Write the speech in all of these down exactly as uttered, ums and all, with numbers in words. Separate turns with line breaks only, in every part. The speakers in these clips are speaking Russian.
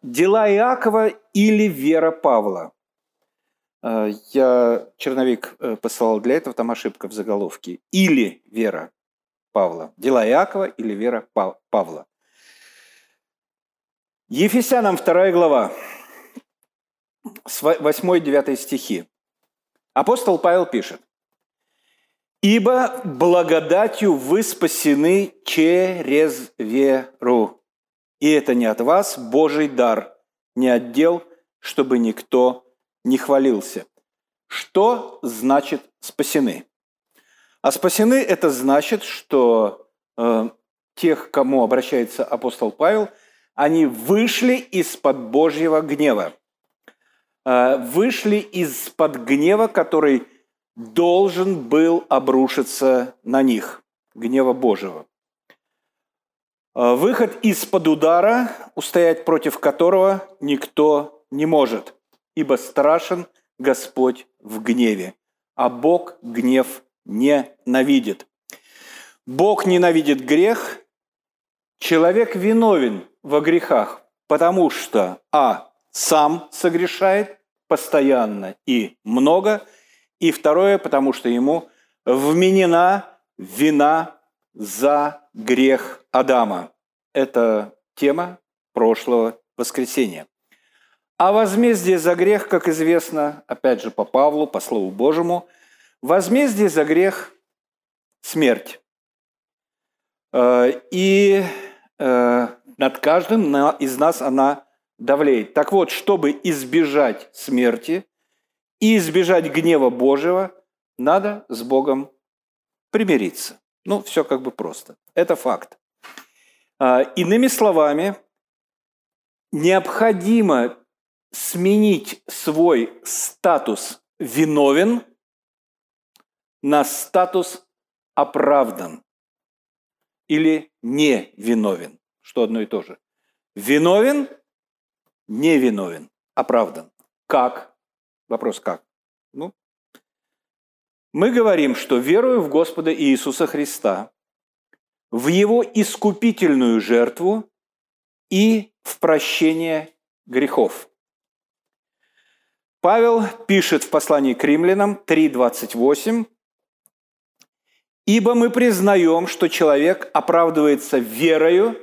Дела Иакова или вера Павла? Я черновик посылал для этого, там ошибка в заголовке. Или вера Павла. Дела Иакова или вера Павла. Ефесянам вторая глава, восьмой-девятый стихи. Апостол Павел пишет: «Ибо благодатью вы спасены через веру. И это не от вас, Божий дар, не от дел, чтобы никто не хвалился». Что значит спасены? А спасены – это значит, что э, тех, к кому обращается апостол Павел, они вышли из-под Божьего гнева. Э, вышли из-под гнева, который должен был обрушиться на них, гнева Божьего. Э, выход из-под удара, устоять против которого никто не может, ибо страшен Господь в гневе, а Бог гнев ненавидит. Бог ненавидит грех, человек виновен во грехах, потому что а. сам согрешает постоянно и много, и второе, потому что ему вменена вина за грех Адама. Это тема прошлого воскресенья. А возмездие за грех, как известно, опять же по Павлу, по Слову Божьему, возмездие за грех – смерть. И над каждым из нас она давлеет. Так вот, чтобы избежать смерти и избежать гнева Божьего, надо с Богом примириться. Ну, все как бы просто. Это факт. Иными словами, необходимо сменить свой статус «виновен» на статус «оправдан» или «невиновен», что одно и то же. Виновен, невиновен, оправдан. Как? Вопрос как? Ну, мы говорим, что верую в Господа Иисуса Христа, в Его искупительную жертву и в прощение грехов. Павел пишет в послании к Римлянам три двадцать восемь: «Ибо мы признаем, что человек оправдывается верою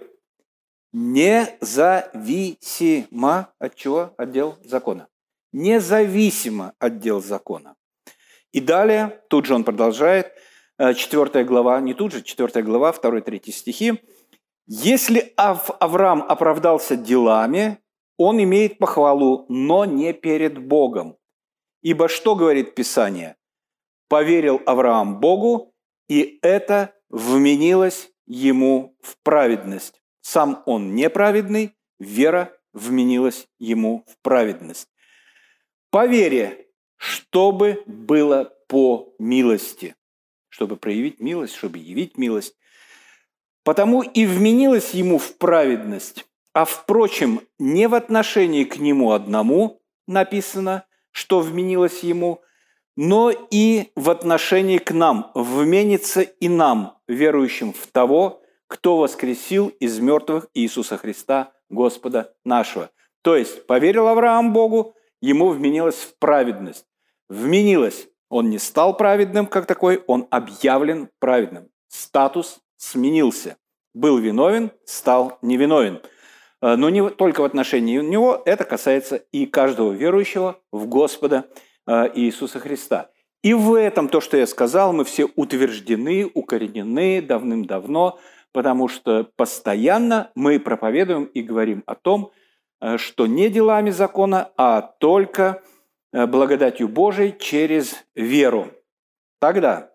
независимо от чего? От дел закона. Независимо от дел закона». И далее, тут же он продолжает, четвёртая глава, не тут же, четвёртая глава, второй-третий стихи. «Если Ав- Авраам оправдался делами, он имеет похвалу, но не перед Богом. Ибо что говорит Писание? Поверил Авраам Богу, и это вменилось ему в праведность. Сам он неправедный, вера вменилась ему в праведность. По вере, чтобы было по милости». Чтобы проявить милость, чтобы явить милость. «Потому и вменилось ему в праведность. А, впрочем, не в отношении к нему одному написано, что вменилось ему, но и в отношении к нам вменится и нам, верующим в того, кто воскресил из мертвых Иисуса Христа, Господа нашего». То есть, поверил Авраам Богу, ему вменилось в праведность. Вменилось. Он не стал праведным, как такой, он объявлен праведным. Статус сменился. Был виновен, стал невиновен. Но не только в отношении него, это касается и каждого верующего в Господа Иисуса Христа. И в этом, то, что я сказал, мы все утверждены, укоренены давным-давно, потому что постоянно мы проповедуем и говорим о том, что не делами закона, а только благодатью Божией через веру. Тогда,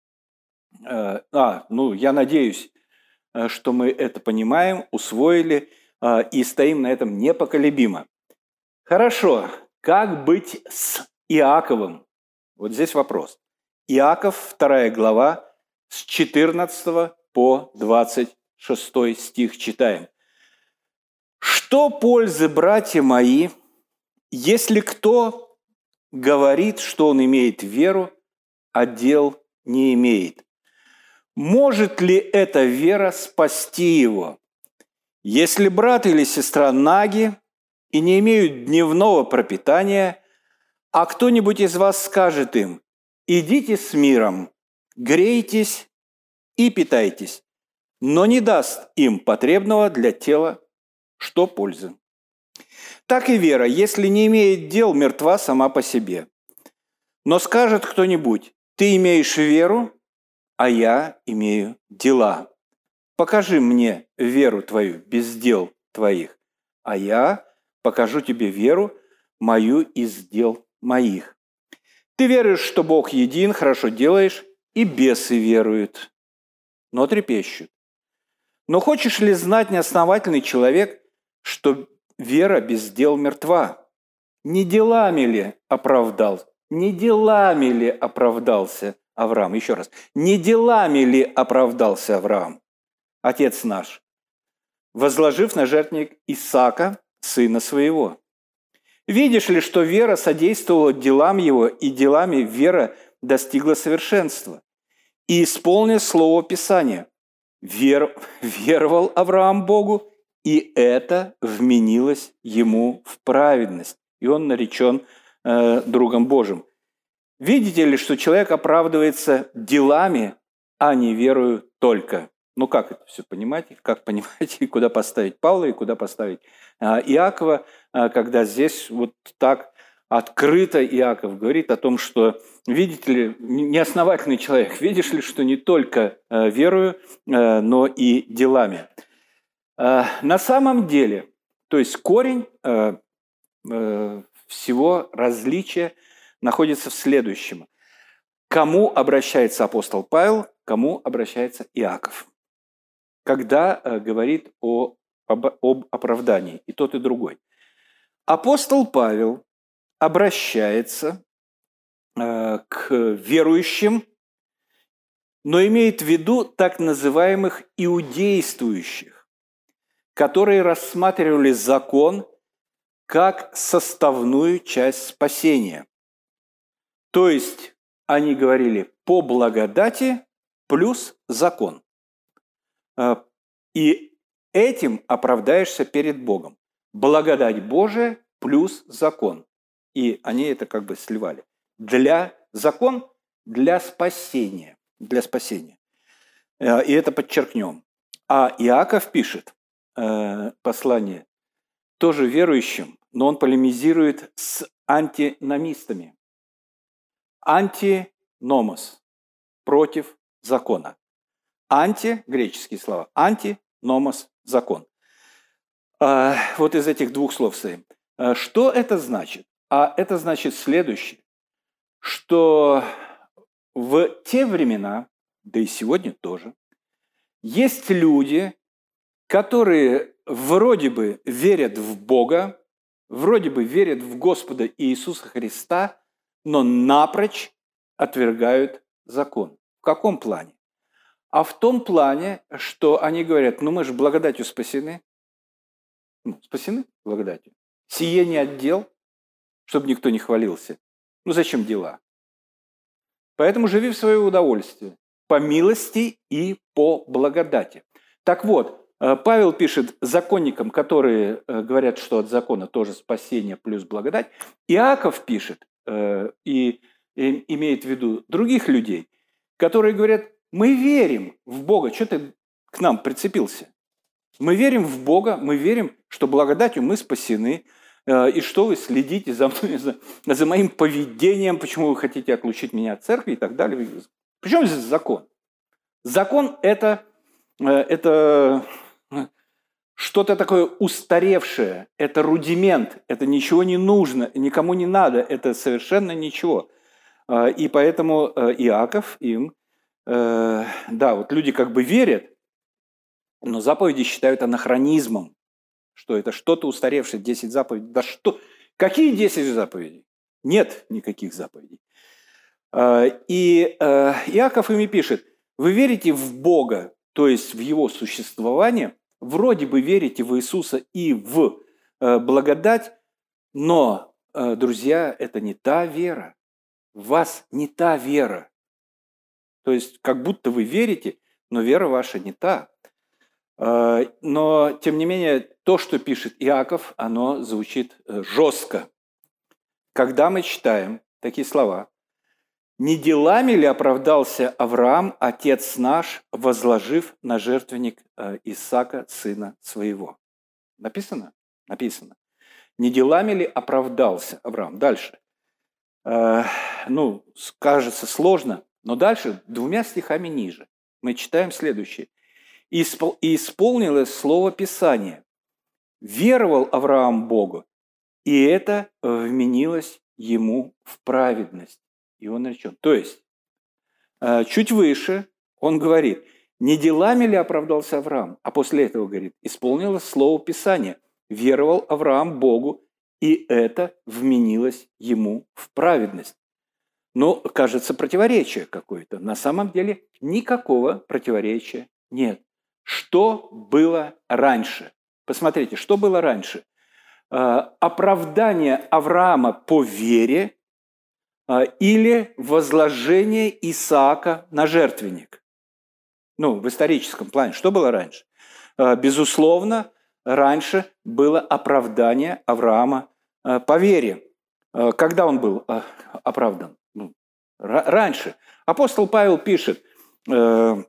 а, ну, я надеюсь, что мы это понимаем, усвоили и стоим на этом непоколебимо. Хорошо, как быть с Иаковом? Вот здесь вопрос. Иаков, вторая глава, с четырнадцатого по двадцать шестой стих читаем. «Что пользы, братья мои, если кто говорит, что он имеет веру, а дел не имеет? Может ли эта вера спасти его? Если брат или сестра наги, и не имеют дневного пропитания, а кто-нибудь из вас скажет им: идите с миром, грейтесь и питайтесь, но не даст им потребного для тела, что пользы. Так и вера, если не имеет дел, мертва сама по себе. Но скажет кто-нибудь: ты имеешь веру, а я имею дела. Покажи мне веру твою без дел твоих, а я покажу тебе веру мою из дел моих. Ты веруешь, что Бог един, хорошо делаешь, и бесы веруют, но трепещут. Но хочешь ли знать, неосновательный человек, что вера без дел мертва? Не делами ли оправдал? Не делами ли оправдался Авраам? Еще раз. Не делами ли оправдался Авраам, отец наш, возложив на жертвенник Исаака, сына своего? Видишь ли, что вера содействовала делам его, и делами вера достигла совершенства? И исполнил слово Писания. Вер... Веровал Авраам Богу, и это вменилось ему в праведность. И он наречен э, другом Божьим. Видите ли, что человек оправдывается делами, а не верою только? Ну как это все понимать? Как понимать, и куда поставить Павла, и куда поставить э, Иакова, э, когда здесь вот так открыто Иаков говорит о том, что, видите ли, неосновательный человек, видишь ли, что не только э, верою, э, но и делами. Э, на самом деле, то есть корень э, э, всего различия находится в следующем. Кому обращается апостол Павел, кому обращается Иаков, когда э, говорит о, об, об оправдании, и тот, и другой. Апостол Павел обращается э, к верующим, но имеет в виду так называемых иудействующих, которые рассматривали закон как составную часть спасения. То есть они говорили по благодати плюс закон. И этим оправдаешься перед Богом. Благодать Божия плюс закон. И они это как бы сливали. Для закон для спасения. Для спасения. И это подчеркнем. А Иаков пишет послание тоже верующим, но он полемизирует с антиномистами. Антиномос – против закона. Анти – греческие слова. Антиномос – закон. Вот из этих двух слов стоим. Что это значит? А это значит следующее, что в те времена, да и сегодня тоже, есть люди, которые вроде бы верят в Бога, вроде бы верят в Господа Иисуса Христа, но напрочь отвергают закон. В каком плане? А в том плане, что они говорят: ну мы же благодатью спасены. Ну, спасены благодатью. Сие не от дел, чтобы никто не хвалился. Ну зачем дела? Поэтому живи в свое удовольствие, по милости и по благодати. Так вот, Павел пишет законникам, которые говорят, что от закона тоже спасение плюс благодать. Иаков пишет и имеет в виду других людей, которые говорят: мы верим в Бога. Что ты к нам прицепился? Мы верим в Бога, мы верим, что благодатью мы спасены, и что вы следите за мной, за, за моим поведением, почему вы хотите отлучить меня от церкви и так далее. Причем здесь закон? Закон – это, это что-то такое устаревшее, это рудимент, это ничего не нужно, никому не надо, это совершенно ничего. И поэтому Иаков им, да, вот люди как бы верят, но заповеди считают анахронизмом, что это что-то устаревшее, десять заповедей. Да что? Какие десять заповедей? Нет никаких заповедей. И Иаков ими пишет: вы верите в Бога, то есть в Его существование, вроде бы верите в Иисуса и в благодать, но, друзья, это не та вера. В вас не та вера. То есть как будто вы верите, но вера ваша не та. Но, тем не менее, то, что пишет Иаков, оно звучит жестко. Когда мы читаем такие слова: «Не делами ли оправдался Авраам, отец наш, возложив на жертвенник Исаака, сына своего?» Написано? Написано. «Не делами ли оправдался Авраам?» Дальше. Э, ну, кажется сложно, но дальше, двумя стихами ниже, мы читаем следующее. «И исполнилось слово Писания. Веровал Авраам Богу, и это вменилось ему в праведность, и он наречен». То есть, чуть выше он говорит: не делами ли оправдался Авраам, а после этого говорит: исполнилось слово Писания. Веровал Авраам Богу, и это вменилось ему в праведность. Ну, кажется, противоречие какое-то. На самом деле никакого противоречия нет. Что было раньше? Посмотрите, что было раньше. Оправдание Авраама по вере или возложение Исаака на жертвенник? Ну, в историческом плане, что было раньше? Безусловно, раньше было оправдание Авраама по вере. Когда он был оправдан? Ну, раньше. Апостол Павел пишет, когда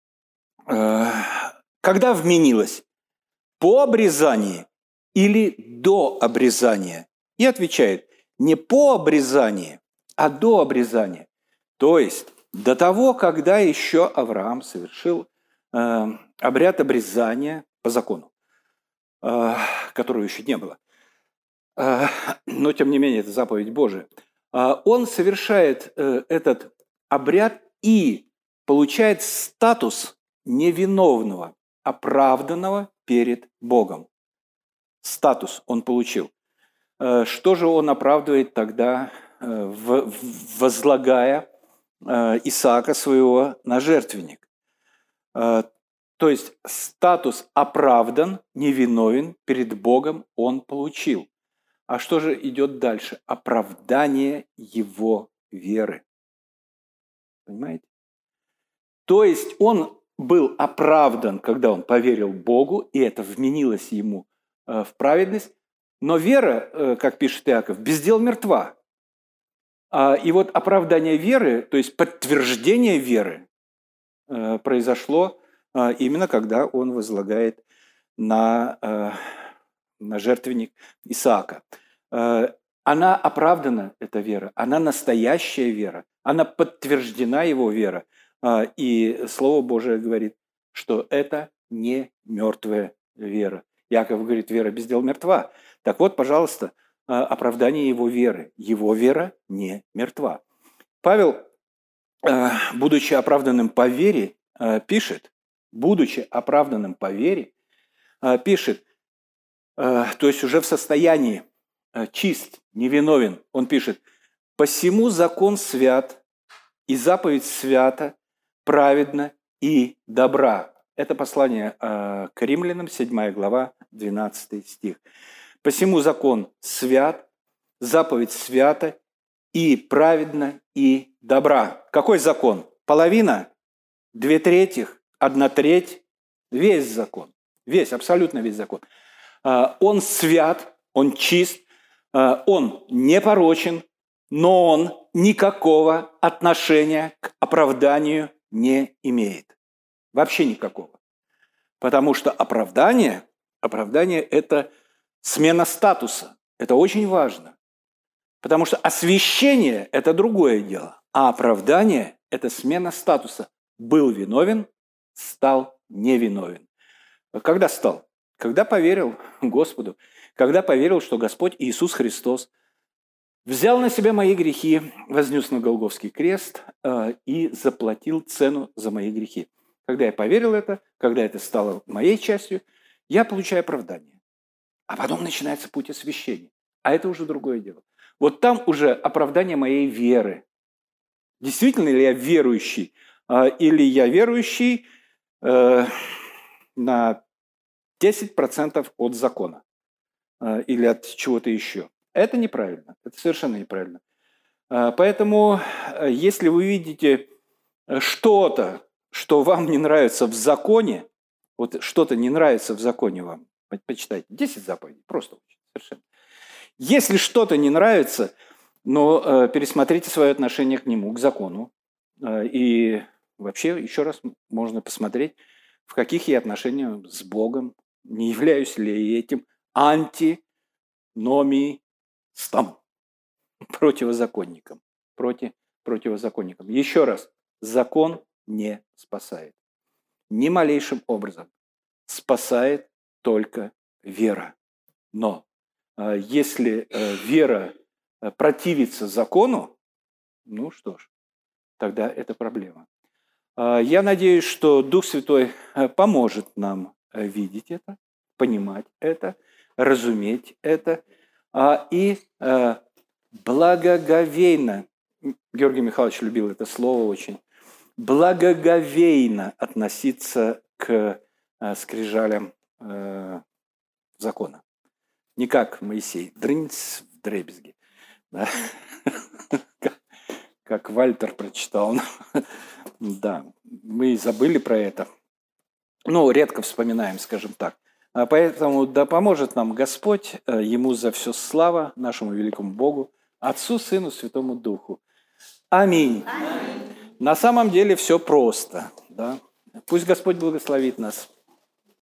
вменилось? По обрезании или до обрезания? И отвечает: не по обрезанию, а до обрезания. То есть до того, когда еще Авраам совершил э, обряд обрезания по закону, э, которого еще не было. Э, но, тем не менее, это заповедь Божия. Э, он совершает э, этот обряд и получает статус невиновного, оправданного перед Богом. Статус он получил. Э, что же он оправдывает тогда, э, в, в, возлагая Исаака своего на жертвенник? То есть статус оправдан, невиновен перед Богом он получил. А что же идет дальше? Оправдание его веры. Понимаете? То есть он был оправдан, когда он поверил Богу, и это вменилось ему в праведность. Но вера, как пишет Иаков, без дел мертва. И вот оправдание веры, то есть подтверждение веры, произошло именно когда он возлагает на, на жертвенник Исаака. Она оправдана, эта вера, она настоящая вера, она подтверждена его вера. И Слово Божие говорит, что это не мертвая вера. Иаков говорит, вера без дел мертва. Так вот, пожалуйста, оправдание его веры. Его вера не мертва. Павел, будучи оправданным по вере, пишет, будучи оправданным по вере, пишет, то есть уже в состоянии чист, невиновен, он пишет: «Посему закон свят, и заповедь свята, праведна и добра». Это послание к Римлянам, седьмая глава, двенадцатый стих. «Посему закон свят, заповедь свята, и праведна, и добра». Какой закон? Половина? Две трети? Одна треть? Весь закон. Весь, абсолютно весь закон. Он свят, он чист, он непорочен, но он никакого отношения к оправданию не имеет. Вообще никакого. Потому что оправдание, оправдание – это смена статуса. Это очень важно. Потому что освящение – это другое дело. А оправдание – это смена статуса. Был виновен, стал невиновен. Когда стал? Когда поверил Господу. Когда поверил, что Господь Иисус Христос взял на себя мои грехи, вознес на Голгофский крест э, и заплатил цену за мои грехи. Когда я поверил это, когда это стало моей частью, я получаю оправдание. А потом начинается путь освящения. А это уже другое дело. Вот там уже оправдание моей веры. Действительно ли я верующий? Э, или я верующий э, на десять процентов от закона? Э, или от чего-то еще? Это неправильно. Это совершенно неправильно. Э, поэтому, э, если вы видите что-то, что вам не нравится в законе, вот что-то не нравится в законе вам, Почитайте. десять заповедей. Просто учите. Совершенно. Если что-то не нравится, но э, пересмотрите свое отношение к нему, к закону. Э, и вообще еще раз можно посмотреть, в каких я отношениях с Богом, не являюсь ли я этим антиномистом, противозаконником. Против, противозаконником. Еще раз, закон не спасает. Ни малейшим образом. Спасает только вера. Но э, если э, вера противится закону, ну что ж, тогда это проблема. Э, я надеюсь, что Дух Святой поможет нам видеть это, понимать это, разуметь это э, и э, благоговейно, Георгий Михайлович любил это слово очень, благоговейно относиться к э, скрижалям э, закона. Не как Моисей, дрынц в дребезги. Да? Как Вальтер прочитал. Да, мы забыли про это. Ну, редко вспоминаем, скажем так. Поэтому да поможет нам Господь, Ему за все слава, нашему великому Богу, Отцу, Сыну, Святому Духу. Аминь. Аминь. На самом деле все просто. Да? Пусть Господь благословит нас.